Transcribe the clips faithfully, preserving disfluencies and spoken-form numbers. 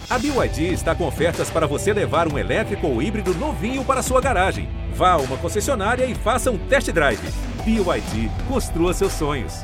A B Y D está com ofertas para você levar um elétrico ou híbrido novinho para sua garagem. Vá a uma concessionária e faça um test drive. B Y D, construa seus sonhos.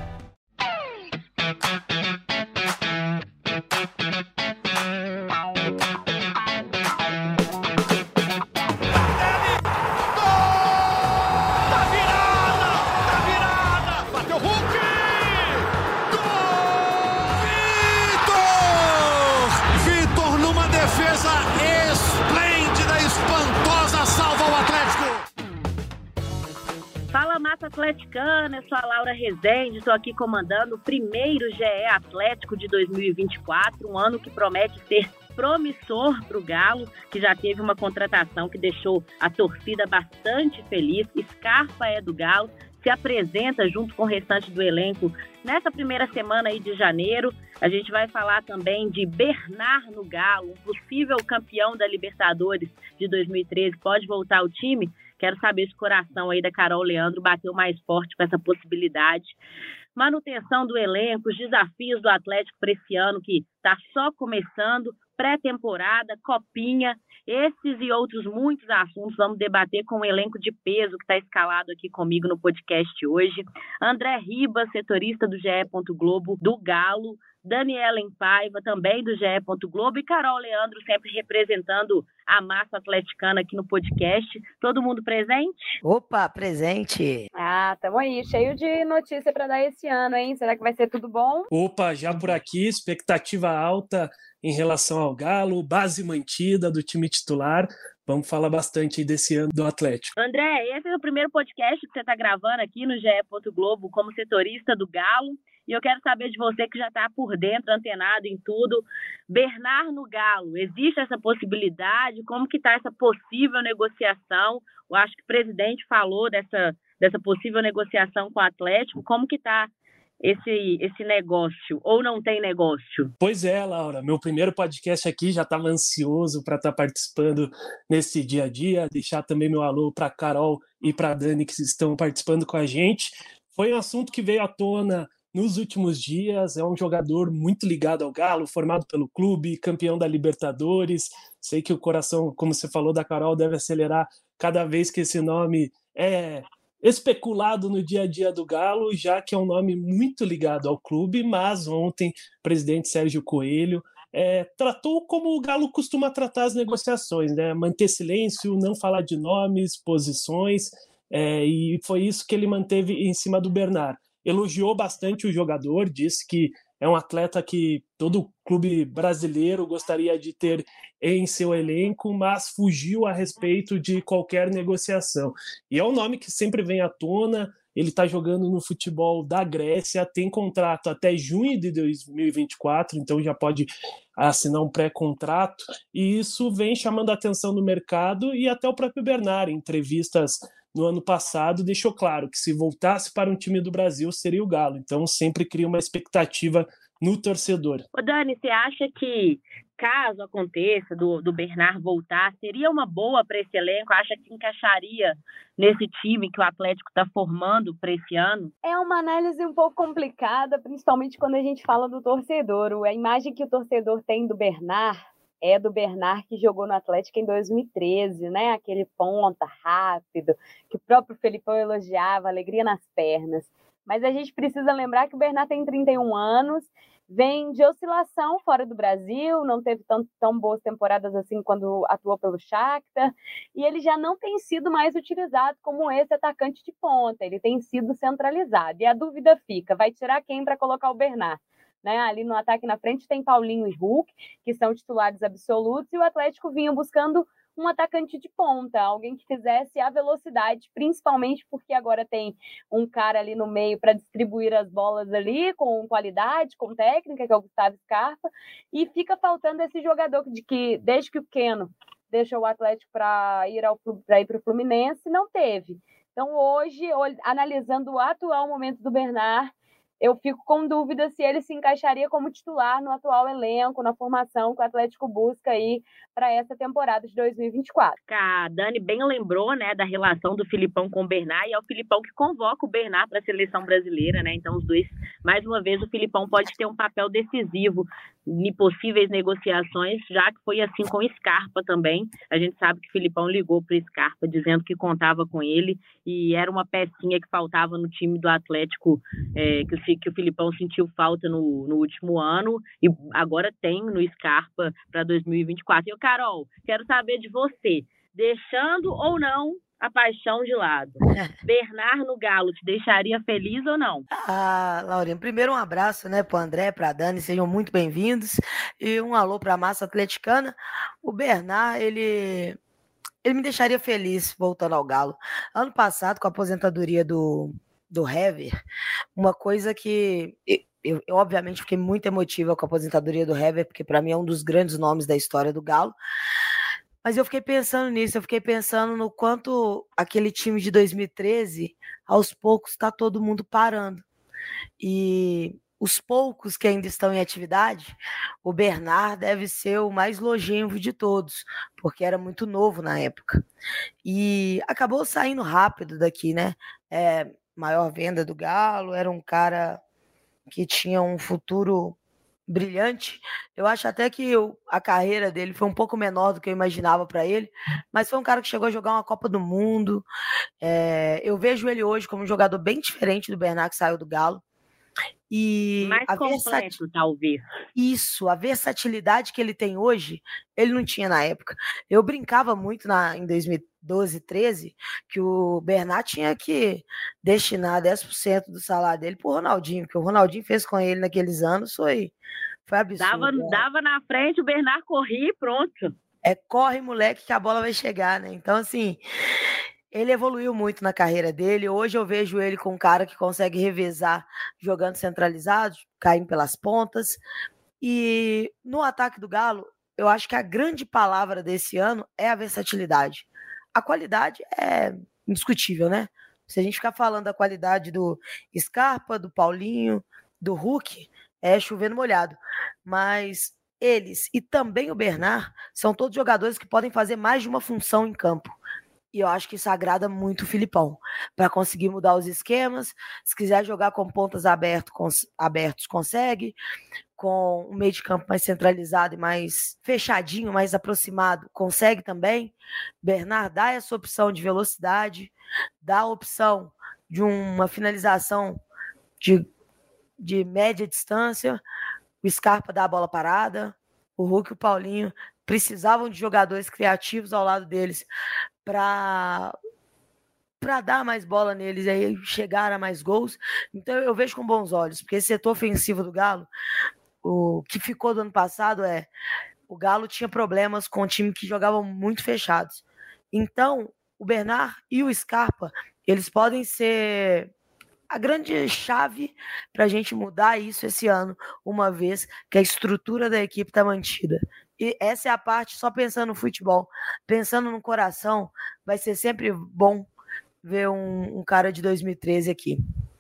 Atleticana, eu sou a Laura Rezende, estou aqui comandando o primeiro G E Atlético de dois mil e vinte e quatro, um ano que promete ser promissor para o Galo, que já teve uma contratação que deixou a torcida bastante feliz. Scarpa é do Galo, se apresenta junto com o restante do elenco nessa primeira semana aí de janeiro. A gente vai falar também de Bernard no Galo, um possível campeão da Libertadores de dois mil e treze, pode voltar ao time? Quero saber se o coração aí da Carol Leandro bateu mais forte com essa possibilidade. Manutenção do elenco, os desafios do Atlético para esse ano que está só começando, pré-temporada, copinha, esses e outros muitos assuntos vamos debater com o elenco de peso que está escalado aqui comigo no podcast hoje. André Ribas, setorista do G E. Globo, do Galo, Daniela Paiva, também do G E. Globo, e Carol Leandro, sempre representando a massa atleticana aqui no podcast. Todo mundo presente? Opa, presente! Ah, tamo aí, cheio de notícia para dar esse ano, hein? Será que vai ser tudo bom? Opa, já por aqui, expectativa alta em relação ao Galo, base mantida do time titular. Vamos falar bastante aí desse ano do Atlético. André, esse é o primeiro podcast que você está gravando aqui no G E. Globo como setorista do Galo. E eu quero saber de você que já está por dentro, antenado em tudo. Bernard no Galo, existe essa possibilidade? Como que está essa possível negociação? Eu acho que o presidente falou dessa, dessa possível negociação com o Atlético. Como que está esse, esse negócio? Ou não tem negócio? Pois é, Laura. Meu primeiro podcast aqui, já estava ansioso para estar tá participando nesse dia a dia. Deixar também meu alô para a Carol e para a Dani, que estão participando com a gente. Foi um assunto que veio à tona nos últimos dias. É um jogador muito ligado ao Galo, formado pelo clube, campeão da Libertadores. Sei que o coração, como você falou da Carol, deve acelerar cada vez que esse nome é especulado no dia a dia do Galo, já que é um nome muito ligado ao clube, mas ontem o presidente Sérgio Coelho é, tratou como o Galo costuma tratar as negociações, né? Manter silêncio, não falar de nomes, posições, é, e foi isso que ele manteve em cima do Bernard. Elogiou bastante o jogador, disse que é um atleta que todo clube brasileiro gostaria de ter em seu elenco, mas fugiu a respeito de qualquer negociação. E é um nome que sempre vem à tona. Ele está jogando no futebol da Grécia, tem contrato até junho de dois mil e vinte e quatro, então já pode assinar um pré-contrato, e isso vem chamando a atenção do mercado, e até o próprio Bernard, em entrevistas no ano passado, deixou claro que se voltasse para um time do Brasil seria o Galo, então sempre cria uma expectativa no torcedor. Ô Dani, você acha que caso aconteça do, do Bernard voltar, seria uma boa para esse elenco? Acha que encaixaria nesse time que o Atlético está formando para esse ano? É uma análise um pouco complicada, principalmente quando a gente fala do torcedor. A imagem que o torcedor tem do Bernard é do Bernard que jogou no Atlético em dois mil e treze, né? Aquele ponta rápido, que o próprio Felipão elogiava, alegria nas pernas. Mas a gente precisa lembrar que o Bernard tem trinta e um anos, vem de oscilação fora do Brasil, não teve tão, tão boas temporadas assim quando atuou pelo Shakhtar, e ele já não tem sido mais utilizado como esse atacante de ponta, ele tem sido centralizado. E a dúvida fica, vai tirar quem para colocar o Bernard? Né? Ali no ataque na frente tem Paulinho e Hulk, que são titulares absolutos, e o Atlético vinha buscando um atacante de ponta, alguém que fizesse a velocidade, principalmente porque agora tem um cara ali no meio para distribuir as bolas ali, com qualidade, com técnica, que é o Gustavo Scarpa, e fica faltando esse jogador de que, desde que o Keno deixou o Atlético para ir para o Fluminense, não teve. Então hoje, analisando o atual momento do Bernard, eu fico com dúvida se ele se encaixaria como titular no atual elenco, na formação que o Atlético busca aí para essa temporada de dois mil e vinte e quatro. A Dani bem lembrou, né, da relação do Filipão com o Bernard, e é o Filipão que convoca o Bernard para a seleção brasileira, né? Então os dois, mais uma vez, o Filipão pode ter um papel decisivo em possíveis negociações, já que foi assim com o Scarpa também. A gente sabe que o Filipão ligou para o Scarpa dizendo que contava com ele e era uma pecinha que faltava no time do Atlético, é, que, o, que o Filipão sentiu falta no, no último ano e agora tem no Scarpa para dois mil e vinte e quatro. E eu, Carol, quero saber de você, deixando ou não a paixão de lado, Bernard no Galo te deixaria feliz ou não? Ah, Laurinha, primeiro um abraço, né, para o André, para a Dani, sejam muito bem-vindos, e um alô para a massa atleticana. O Bernard, ele, ele me deixaria feliz voltando ao Galo. Ano passado, com a aposentadoria do, do Hever, uma coisa que... Eu, eu, obviamente, fiquei muito emotiva com a aposentadoria do Hever, porque para mim é um dos grandes nomes da história do Galo. Mas eu fiquei pensando nisso, eu fiquei pensando no quanto aquele time de dois mil e treze, aos poucos, está todo mundo parando. E os poucos que ainda estão em atividade, o Bernard deve ser o mais longevo de todos, porque era muito novo na época. E acabou saindo rápido daqui, né? É, maior venda do Galo, era um cara que tinha um futuro brilhante. Eu acho até que eu, a carreira dele foi um pouco menor do que eu imaginava para ele, mas foi um cara que chegou a jogar uma Copa do Mundo. É, eu vejo ele hoje como um jogador bem diferente do Bernard, que saiu do Galo. E mais a completo, versat... talvez. Isso, a versatilidade que ele tem hoje, ele não tinha na época. Eu brincava muito na, em dois mil e doze, treze, que o Bernard tinha que destinar dez por cento do salário dele pro Ronaldinho, que o Ronaldinho fez com ele naqueles anos foi, foi absurdo. Dava, né? dava na frente, o Bernard corria e pronto. É, corre, moleque, que a bola vai chegar, né? Então, assim, ele evoluiu muito na carreira dele. Hoje eu vejo ele com um cara que consegue revezar jogando centralizado, caindo pelas pontas. E no ataque do Galo, eu acho que a grande palavra desse ano é a versatilidade. A qualidade é indiscutível, né? Se a gente ficar falando da qualidade do Scarpa, do Paulinho, do Hulk, é chovendo molhado. Mas eles e também o Bernard são todos jogadores que podem fazer mais de uma função em campo. E eu acho que isso agrada muito o Filipão, para conseguir mudar os esquemas. Se quiser jogar com pontas aberto, cons- abertos, consegue. Com um meio de campo mais centralizado e mais fechadinho, mais aproximado, consegue também. Bernard dá essa opção de velocidade, dá a opção de uma finalização de, de média distância. O Scarpa dá a bola parada. O Hulk e o Paulinho precisavam de jogadores criativos ao lado deles para para dar mais bola neles e aí chegar a mais gols. Então eu vejo com bons olhos, porque esse setor ofensivo do Galo, o que ficou do ano passado é o Galo tinha problemas com um time que jogavam muito fechados. Então o Bernard e o Scarpa, eles podem ser a grande chave para a gente mudar isso esse ano, uma vez que a estrutura da equipe está mantida. E essa é a parte, só pensando no futebol, pensando no coração, vai ser sempre bom ver um, um cara de dois mil e treze aqui.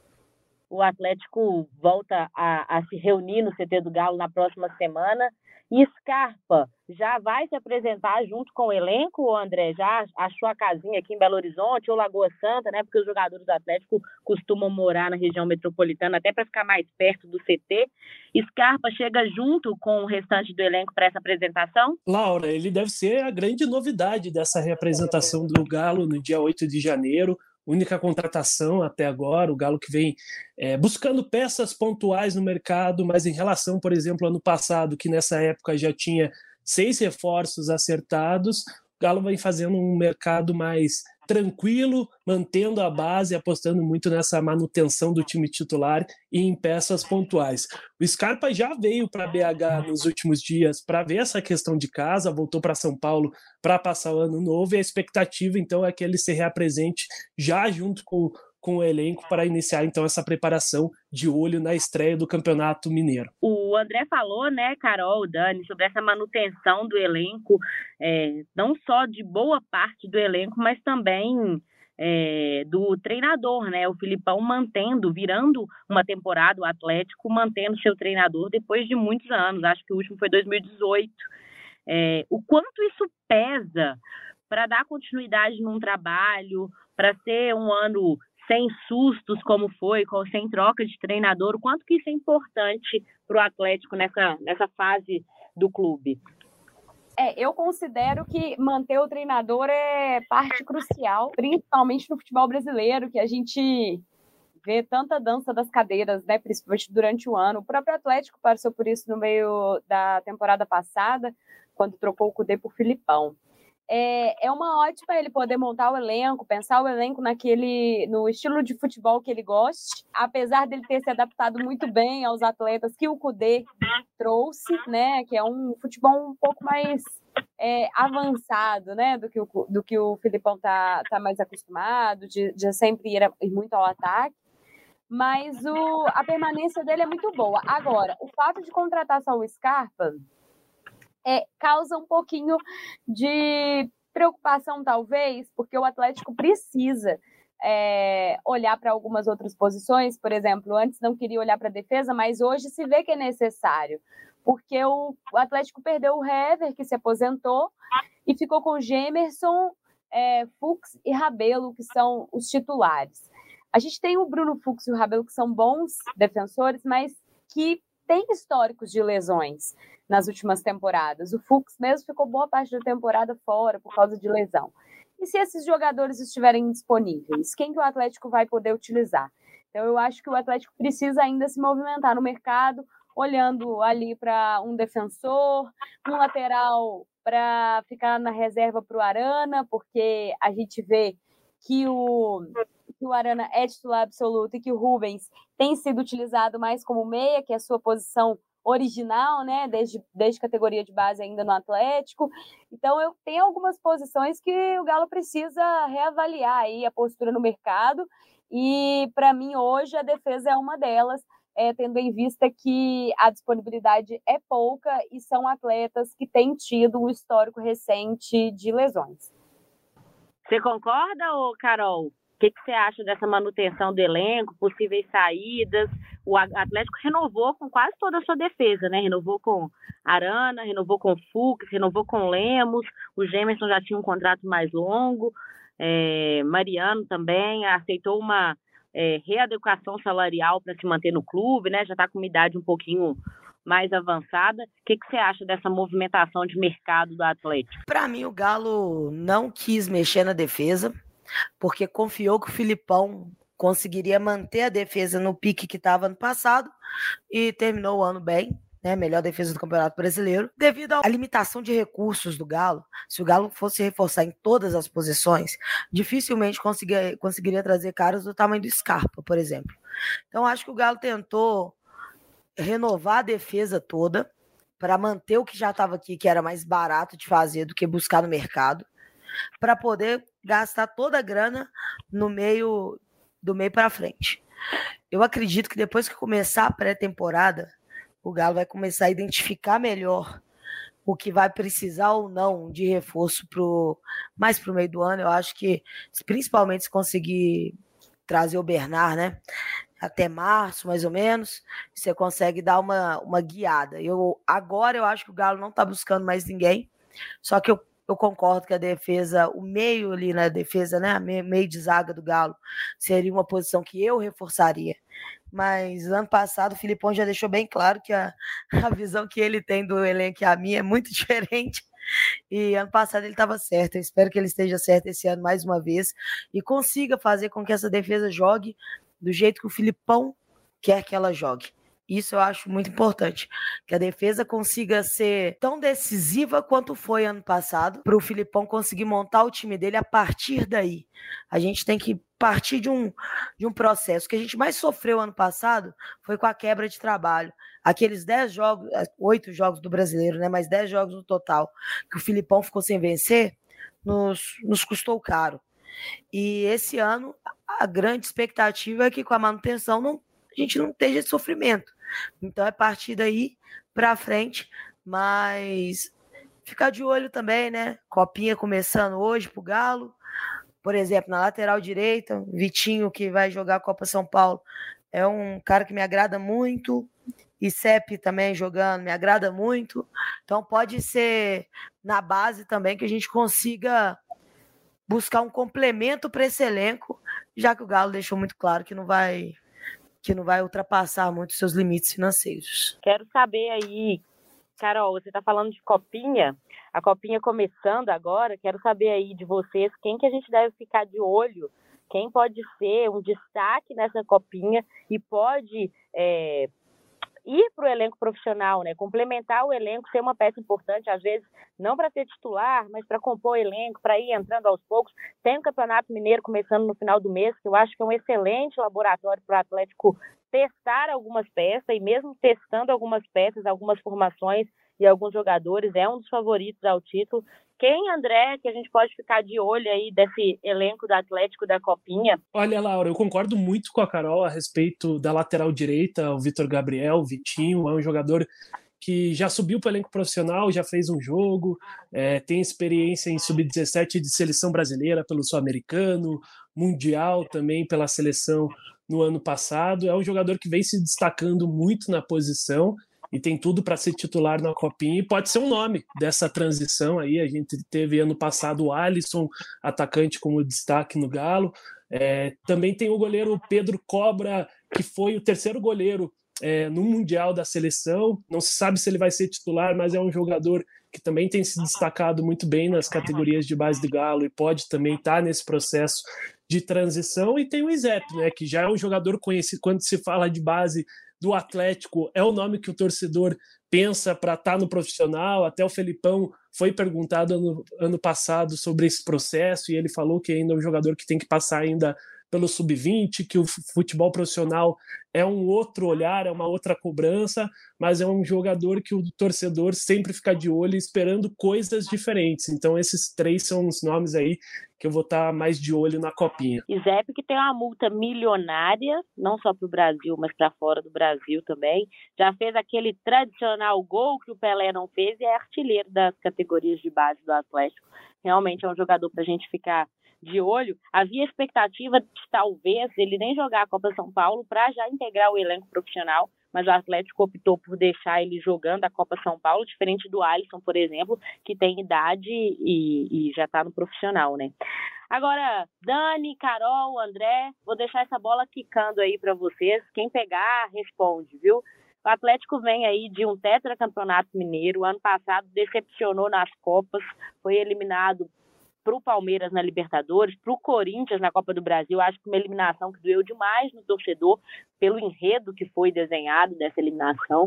O Atlético volta a, a se reunir no C T do Galo na próxima semana. E Scarpa já vai se apresentar junto com o elenco, André? Já achou a casinha aqui em Belo Horizonte ou Lagoa Santa, né? Porque os jogadores do Atlético costumam morar na região metropolitana até para ficar mais perto do C T. Scarpa chega junto com o restante do elenco para essa apresentação? Laura, ele deve ser a grande novidade dessa reapresentação do Galo no dia oito de janeiro. Única contratação até agora, o Galo que vem é, buscando peças pontuais no mercado, mas em relação, por exemplo, ao ano passado, que nessa época já tinha seis reforços acertados, o Galo vem fazendo um mercado mais tranquilo, mantendo a base, apostando muito nessa manutenção do time titular e em peças pontuais. O Scarpa já veio para B H nos últimos dias para ver essa questão de casa, voltou para São Paulo para passar o ano novo, e a expectativa então é que ele se reapresente já junto com, com o elenco para iniciar então essa preparação de olho na estreia do Campeonato Mineiro. O André falou, né, Carol, Dani, sobre essa manutenção do elenco, é, não só de boa parte do elenco, mas também é, do treinador, né? O Filipão mantendo, virando uma temporada, o Atlético mantendo seu treinador depois de muitos anos, acho que o último foi dois mil e dezoito. É, o quanto isso pesa para dar continuidade num trabalho, para ser um ano sem sustos como foi, sem troca de treinador, o quanto que isso é importante para o Atlético nessa, nessa fase do clube? É, eu considero que manter o treinador é parte crucial, principalmente no futebol brasileiro, que a gente vê tanta dança das cadeiras, né, principalmente durante o ano. O próprio Atlético passou por isso no meio da temporada passada, quando trocou o Cudê por Filipão. É, é uma ótima ele poder montar o elenco, pensar o elenco naquele, no estilo de futebol que ele goste, apesar dele ter se adaptado muito bem aos atletas que o Cudê trouxe, né, que é um futebol um pouco mais é, avançado, né, do que o, do que o Filipão tá, tá mais acostumado, de, de sempre ir, ir muito ao ataque. Mas o, a permanência dele é muito boa. Agora, o fato de contratar só o Scarpa é, causa um pouquinho de preocupação, talvez, porque o Atlético precisa é, olhar para algumas outras posições. Por exemplo, antes não queria olhar para a defesa, mas hoje se vê que é necessário, porque o, o Atlético perdeu o Hever, que se aposentou, e ficou com Gemerson, é, Fux e Rabelo, que são os titulares. A gente tem o Bruno Fux e o Rabelo, que são bons defensores, mas que têm históricos de lesões nas últimas temporadas. O Fux mesmo ficou boa parte da temporada fora por causa de lesão. E se esses jogadores estiverem disponíveis, quem que o Atlético vai poder utilizar? Então, eu acho que o Atlético precisa ainda se movimentar no mercado, olhando ali para um defensor, um lateral para ficar na reserva para o Arana, porque a gente vê que o... que o Arana é titular absoluto e que o Rubens tem sido utilizado mais como meia, que é a sua posição original, né, desde, desde categoria de base ainda no Atlético. Então, eu tenho algumas posições que o Galo precisa reavaliar aí a postura no mercado, e para mim hoje a defesa é uma delas, é, tendo em vista que a disponibilidade é pouca e são atletas que têm tido um histórico recente de lesões. Você concorda, ô Carol? O que, que você acha dessa manutenção do elenco, possíveis saídas? O Atlético renovou com quase toda a sua defesa, né? Renovou com Arana, renovou com Fux, renovou com Lemos, o Gemerson já tinha um contrato mais longo, é, Mariano também aceitou uma é, readequação salarial para se manter no clube, né? Já está com uma idade um pouquinho mais avançada. O que, que você acha dessa movimentação de mercado do Atlético? Para mim, o Galo não quis mexer na defesa, porque confiou que o Filipão conseguiria manter a defesa no pique que estava no passado e terminou o ano bem, né? Melhor defesa do Campeonato Brasileiro. Devido à limitação de recursos do Galo, se o Galo fosse reforçar em todas as posições, dificilmente conseguiria, conseguiria trazer caras do tamanho do Scarpa, por exemplo. Então, acho que o Galo tentou renovar a defesa toda para manter o que já estava aqui, que era mais barato de fazer do que buscar no mercado, para poder gastar toda a grana no meio do meio para frente. Eu acredito que depois que começar a pré-temporada, o Galo vai começar a identificar melhor o que vai precisar ou não de reforço pro, mais para o meio do ano. Eu acho que, principalmente se conseguir trazer o Bernard, né, até março, mais ou menos, você consegue dar uma, uma guiada. Eu, agora eu acho que o Galo não está buscando mais ninguém, só que eu Eu concordo que a defesa, o meio ali na defesa, né, meio de zaga do Galo, seria uma posição que eu reforçaria. Mas ano passado o Filipão já deixou bem claro que a, a visão que ele tem do elenco e a minha é muito diferente. E ano passado ele estava certo. Eu espero que ele esteja certo esse ano mais uma vez e consiga fazer com que essa defesa jogue do jeito que o Filipão quer que ela jogue. Isso eu acho muito importante, que a defesa consiga ser tão decisiva quanto foi ano passado, para o Filipão conseguir montar o time dele a partir daí. A gente tem que partir de um, de um processo. O que a gente mais sofreu ano passado foi com a quebra de trabalho. Aqueles dez jogos, oito jogos do Brasileiro, né, mais dez jogos no total, que o Filipão ficou sem vencer, nos, nos custou caro. E esse ano, a grande expectativa é que com a manutenção não a gente não esteja de sofrimento. Então é partir daí para frente, mas ficar de olho também, né? Copinha começando hoje pro Galo. Por exemplo, na lateral direita, Vitinho, que vai jogar a Copa São Paulo, é um cara que me agrada muito. E Sepp também jogando, me agrada muito. Então pode ser na base também que a gente consiga buscar um complemento para esse elenco já que o Galo deixou muito claro que não vai, que não vai ultrapassar muito seus limites financeiros. Quero saber aí, Carol, você está falando de Copinha, a Copinha começando agora, quero saber aí de vocês quem que a gente deve ficar de olho, quem pode ser um destaque nessa Copinha e pode é, ir para o elenco profissional, né? Complementar o elenco, ser uma peça importante, às vezes não para ser titular, mas para compor o elenco, para ir entrando aos poucos. Tem o Campeonato Mineiro começando no final do mês, que eu acho que é um excelente laboratório para o Atlético testar algumas peças, e mesmo testando algumas peças, algumas formações e alguns jogadores, é um dos favoritos ao título. Quem, André, que a gente pode ficar de olho aí desse elenco do Atlético da Copinha? Olha, Laura, eu concordo muito com a Carol a respeito da lateral direita, o Vitor Gabriel, o Vitinho, é um jogador que já subiu para o elenco profissional, já fez um jogo, é, tem experiência em sub dezessete de seleção brasileira pelo Sul-Americano, Mundial também pela seleção no ano passado. É um jogador que vem se destacando muito na posição e tem tudo para ser titular na Copinha e pode ser um nome dessa transição aí. A gente teve ano passado o Alisson, atacante, como destaque no Galo. É, também tem o goleiro Pedro Cobra, que foi o terceiro goleiro é, no Mundial da seleção. Não se sabe se ele vai ser titular, mas é um jogador que também tem se destacado muito bem nas categorias de base do Galo e pode também estar nesse processo de transição. E tem o Izep, né, que já é um jogador conhecido quando se fala de base do Atlético, é o nome que o torcedor pensa para estar no profissional. Até o Felipão foi perguntado ano, ano passado sobre esse processo e ele falou que ainda é um jogador que tem que passar ainda pelo sub vinte, que o futebol profissional é um outro olhar, é uma outra cobrança, mas é um jogador que o torcedor sempre fica de olho esperando coisas diferentes. Então esses três são os nomes aí que eu vou estar mais de olho na Copinha. Izep, que tem uma multa milionária, não só para o Brasil, mas para fora do Brasil também. Já fez aquele tradicional gol que o Pelé não fez e é artilheiro das categorias de base do Atlético. Realmente é um jogador para a gente ficar de olho. Havia expectativa de talvez ele nem jogar a Copa São Paulo para já integrar o elenco profissional, mas o Atlético optou por deixar ele jogando a Copa São Paulo, diferente do Alisson, por exemplo, que tem idade e, e já está no profissional, né? Agora, Dani, Carol, André, vou deixar essa bola quicando aí para vocês. Quem pegar, responde, viu? O Atlético vem aí de um tetracampeonato mineiro. O ano passado decepcionou nas Copas, foi eliminado para o Palmeiras na Libertadores, para o Corinthians na Copa do Brasil. Acho que uma eliminação que doeu demais no torcedor pelo enredo que foi desenhado dessa eliminação.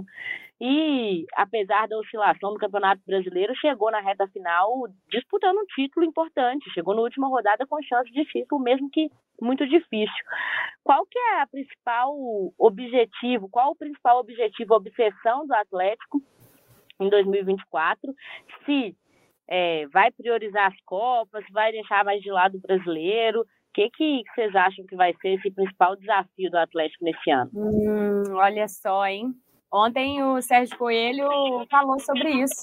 E, apesar da oscilação do Campeonato Brasileiro, chegou na reta final disputando um título importante. Chegou na última rodada com chance de título, mesmo que muito difícil. Qual que é a principal objetivo, qual o principal objetivo, obsessão do Atlético em dois mil e vinte e quatro? Se É, vai priorizar as Copas, vai deixar mais de lado o brasileiro? O que, que vocês acham que vai ser esse principal desafio do Atlético nesse ano? Hum, olha só, hein? Ontem o Sérgio Coelho falou sobre isso,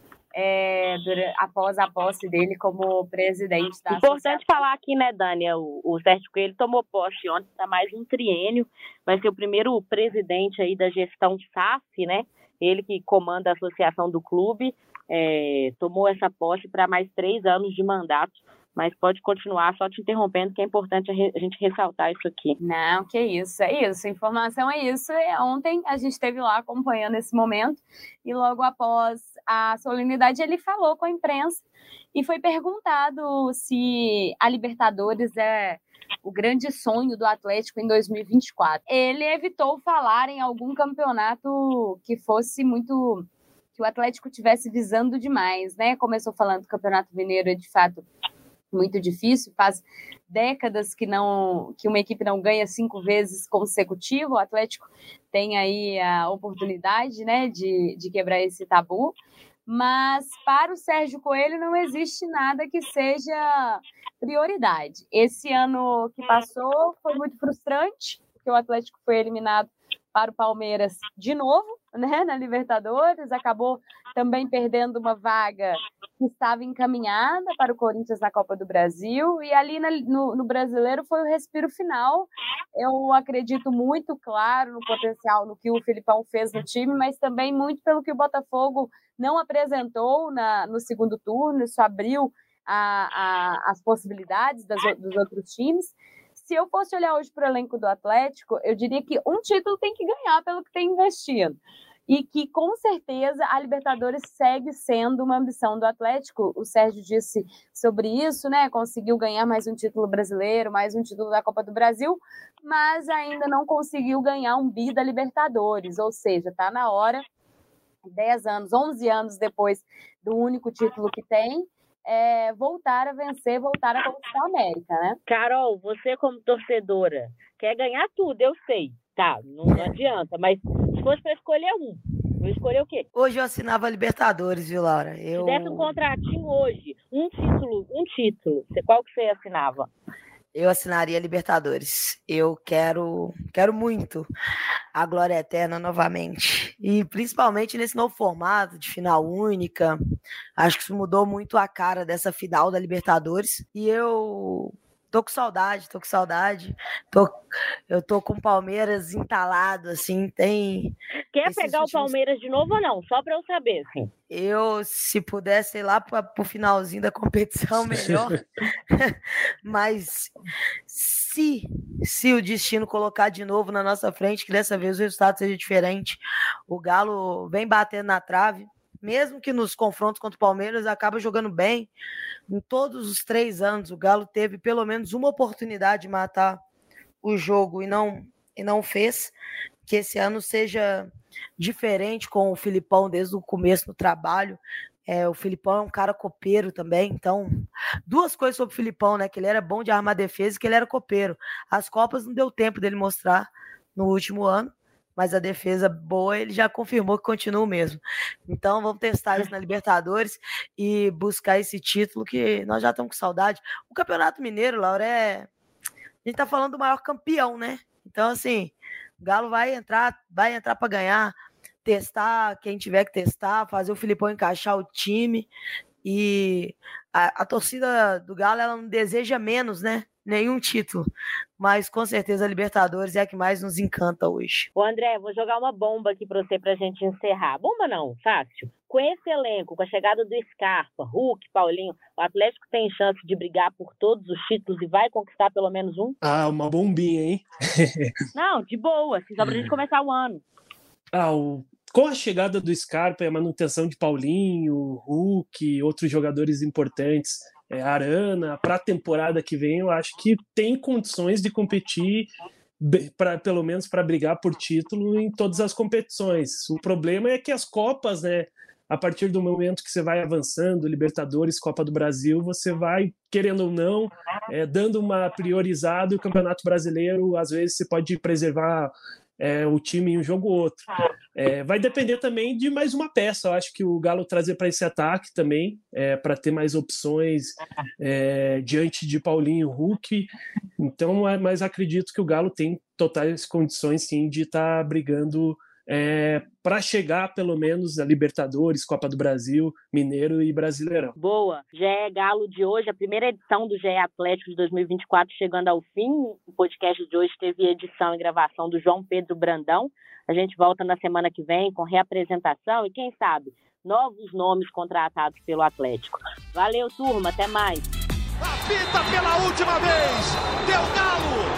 é, após a posse dele como presidente da Importante associação. Falar aqui, né, Dânia? O, o Sérgio Coelho tomou posse ontem, está mais um triênio, vai ser o primeiro presidente aí da gestão S A F, né? Ele que comanda a associação do clube. É, tomou essa posse para mais três anos de mandato, mas pode continuar, só te interrompendo, que é importante a, re, a gente ressaltar isso aqui. Não, que isso, é isso, informação é isso. E ontem a gente esteve lá acompanhando esse momento e logo após a solenidade ele falou com a imprensa e foi perguntado se a Libertadores é o grande sonho do Atlético em dois mil e vinte e quatro. Ele evitou falar em algum campeonato que fosse muito... que o Atlético tivesse visando demais, né? Começou falando que o Campeonato Mineiro é, de fato, muito difícil. Faz décadas que, não, que uma equipe não ganha cinco vezes consecutiva. O Atlético tem aí a oportunidade, né, de, de quebrar esse tabu. Mas, para o Sérgio Coelho, não existe nada que seja prioridade. Esse ano que passou foi muito frustrante, porque o Atlético foi eliminado para o Palmeiras de novo, né, na Libertadores, acabou também perdendo uma vaga que estava encaminhada para o Corinthians na Copa do Brasil, e ali na, no, no Brasileiro foi o respiro final. Eu acredito muito, claro, no potencial, no que o Felipão fez no time, mas também muito pelo que o Botafogo não apresentou na, no segundo turno. Isso abriu a, a, as possibilidades das, dos outros times. se eu fosse olhar hoje para o elenco do Atlético, eu diria que um título tem que ganhar pelo que tem investido. E que, com certeza, a Libertadores segue sendo uma ambição do Atlético. O Sérgio disse sobre isso, né? Conseguiu ganhar mais um título brasileiro, mais um título da Copa do Brasil, mas ainda não conseguiu ganhar um bi da Libertadores. Ou seja, está na hora, dez anos, onze anos depois do único título que tem, é, voltar a vencer, voltar a conquistar a América, né? Carol, você como torcedora, quer ganhar tudo, eu sei. Tá, não, não adianta, mas se fosse para escolher um, eu escolher o quê? Hoje eu assinava Libertadores, viu, Laura? Eu... Se desse um contratinho hoje, um título, um título, qual que você assinava? Eu assinaria Libertadores. Eu quero, quero muito a glória eterna novamente. E principalmente nesse novo formato de final única. Acho que isso mudou muito a cara dessa final da Libertadores. E eu... Tô com saudade, tô com saudade. Tô, eu tô com o Palmeiras entalado, assim, tem... Quer pegar últimos... o Palmeiras de novo ou não? Só para eu saber, assim. Eu, se pudesse ir lá para o finalzinho da competição, melhor. Mas se, se o destino colocar de novo na nossa frente, que dessa vez o resultado seja diferente, o Galo vem batendo na trave, mesmo que nos confrontos contra o Palmeiras acaba jogando bem. Em todos os três anos, o Galo teve pelo menos uma oportunidade de matar o jogo e não, e não fez. Que esse ano seja diferente com o Filipão desde o começo do trabalho. É, o Filipão é um cara copeiro também. Então, duas coisas sobre o Filipão, né? Que ele era bom de armar defesa e que ele era copeiro. As Copas não deu tempo dele mostrar no último ano, mas a defesa boa, ele já confirmou que continua o mesmo. Então, vamos testar isso na Libertadores e buscar esse título que nós já estamos com saudade. O Campeonato Mineiro, Laura, é... a gente tá falando do maior campeão, né? Então, assim, o Galo vai entrar, vai entrar para ganhar, testar quem tiver que testar, fazer o Filipão encaixar o time. E a, a torcida do Galo, ela não deseja menos, né? Nenhum título, mas com certeza a Libertadores é a que mais nos encanta hoje. Ô André, vou jogar uma bomba aqui para você, pra gente encerrar. Bomba não, fácil. Com esse elenco, com a chegada do Scarpa, Hulk, Paulinho, o Atlético tem chance de brigar por todos os títulos e vai conquistar pelo menos um? Ah, uma bombinha, hein? Não, de boa, assim, só pra gente começar o ano. Ah, o... Com a chegada do Scarpa e a manutenção de Paulinho, Hulk, outros jogadores importantes, é, Arana, para a temporada que vem, eu acho que tem condições de competir, pra, pelo menos para brigar por título em todas as competições. O problema é que as Copas, né, a partir do momento que você vai avançando, Libertadores, Copa do Brasil, você vai, querendo ou não, é, dando uma priorizada, e o Campeonato Brasileiro, às vezes, você pode preservar É, o time em um jogo ou outro. É, vai depender também de mais uma peça. Eu acho que o Galo trazer para esse ataque também, é, para ter mais opções é, diante de Paulinho, Hulk. Então, é, mas acredito que o Galo tem totais condições sim de estar tá brigando é, para chegar pelo menos a Libertadores, Copa do Brasil, Mineiro e Brasileirão. Boa. G E Galo de hoje, a primeira edição do G E Atlético de dois mil e vinte e quatro chegando ao fim. O podcast de hoje teve edição e gravação do João Pedro Brandão. A gente volta na semana que vem com reapresentação e, quem sabe, novos nomes contratados pelo Atlético. Valeu, turma. Até mais. Apita pela última vez. Deu Galo.